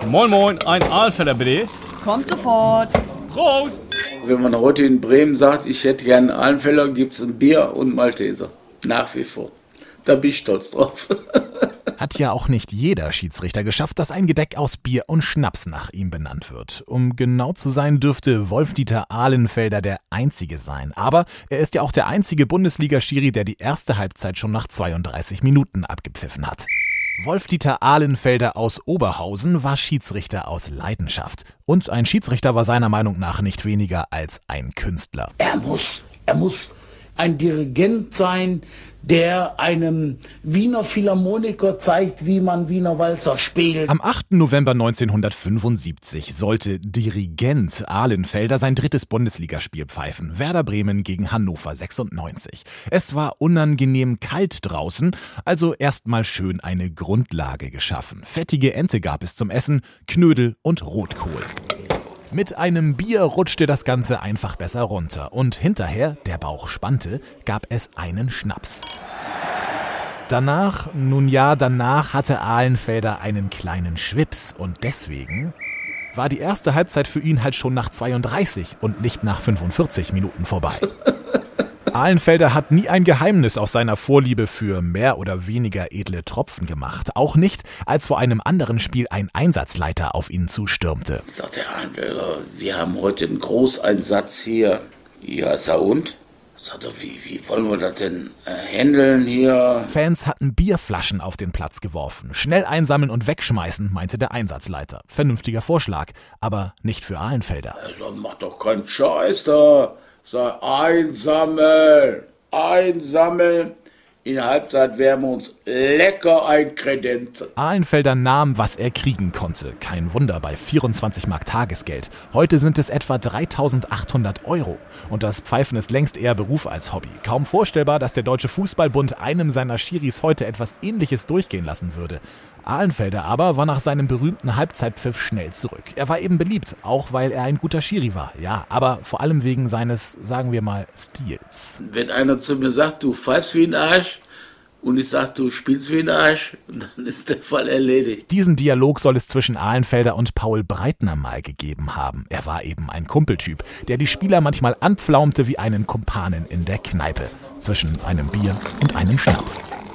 Moin Moin, ein Ahlfelder bitte. Kommt sofort. Prost! Wenn man heute in Bremen sagt, ich hätte gerne einen Ahlenfelder, gibt es ein Bier und Malteser. Nach wie vor. Da bin ich stolz drauf. Hat ja auch nicht jeder Schiedsrichter geschafft, dass ein Gedeck aus Bier und Schnaps nach ihm benannt wird. Um genau zu sein, dürfte Wolf-Dieter Ahlenfelder der Einzige sein. Aber er ist ja auch der einzige Bundesliga-Schiri, der die erste Halbzeit schon nach 32 Minuten abgepfiffen hat. Wolf-Dieter Ahlenfelder aus Oberhausen war Schiedsrichter aus Leidenschaft. Und ein Schiedsrichter war seiner Meinung nach nicht weniger als ein Künstler. Er muss ein Dirigent sein, der einem Wiener Philharmoniker zeigt, wie man Wiener Walzer spielt. Am 8. November 1975 sollte Dirigent Ahlenfelder sein drittes Bundesligaspiel pfeifen. Werder Bremen gegen Hannover 96. Es war unangenehm kalt draußen, also erstmal schön eine Grundlage geschaffen. Fettige Ente gab es zum Essen, Knödel und Rotkohl. Mit einem Bier rutschte das Ganze einfach besser runter und hinterher, der Bauch spannte, gab es einen Schnaps. Danach hatte Ahlenfelder einen kleinen Schwips und deswegen war die erste Halbzeit für ihn halt schon nach 32 und nicht nach 45 Minuten vorbei. Ahlenfelder hat nie ein Geheimnis aus seiner Vorliebe für mehr oder weniger edle Tropfen gemacht. Auch nicht, als vor einem anderen Spiel ein Einsatzleiter auf ihn zustürmte. Sagt der Ahlenfelder, wir haben heute einen Großeinsatz hier. Ja, ist er und? Sagt er, wie wollen wir das denn handeln hier? Fans hatten Bierflaschen auf den Platz geworfen. Schnell einsammeln und wegschmeißen, meinte der Einsatzleiter. Vernünftiger Vorschlag, aber nicht für Ahlenfelder. Also mach doch keinen Scheiß da. Sag, einsammeln. In der Halbzeit werden wir uns lecker einkredenzen. Ahlenfelder nahm, was er kriegen konnte. Kein Wunder bei 24 Mark Tagesgeld. Heute sind es etwa 3.800 €. Und das Pfeifen ist längst eher Beruf als Hobby. Kaum vorstellbar, dass der Deutsche Fußballbund einem seiner Schiris heute etwas Ähnliches durchgehen lassen würde. Ahlenfelder aber war nach seinem berühmten Halbzeitpfiff schnell zurück. Er war eben beliebt, auch weil er ein guter Schiri war. Ja, aber vor allem wegen seines, sagen wir mal, Stils. Wenn einer zu mir sagt, du pfeifst wie ein Arsch und ich sag, du spielst wie ein Arsch, dann ist der Fall erledigt. Diesen Dialog soll es zwischen Ahlenfelder und Paul Breitner mal gegeben haben. Er war eben ein Kumpeltyp, der die Spieler manchmal anpflaumte wie einen Kumpanen in der Kneipe. Zwischen einem Bier und einem Schnaps.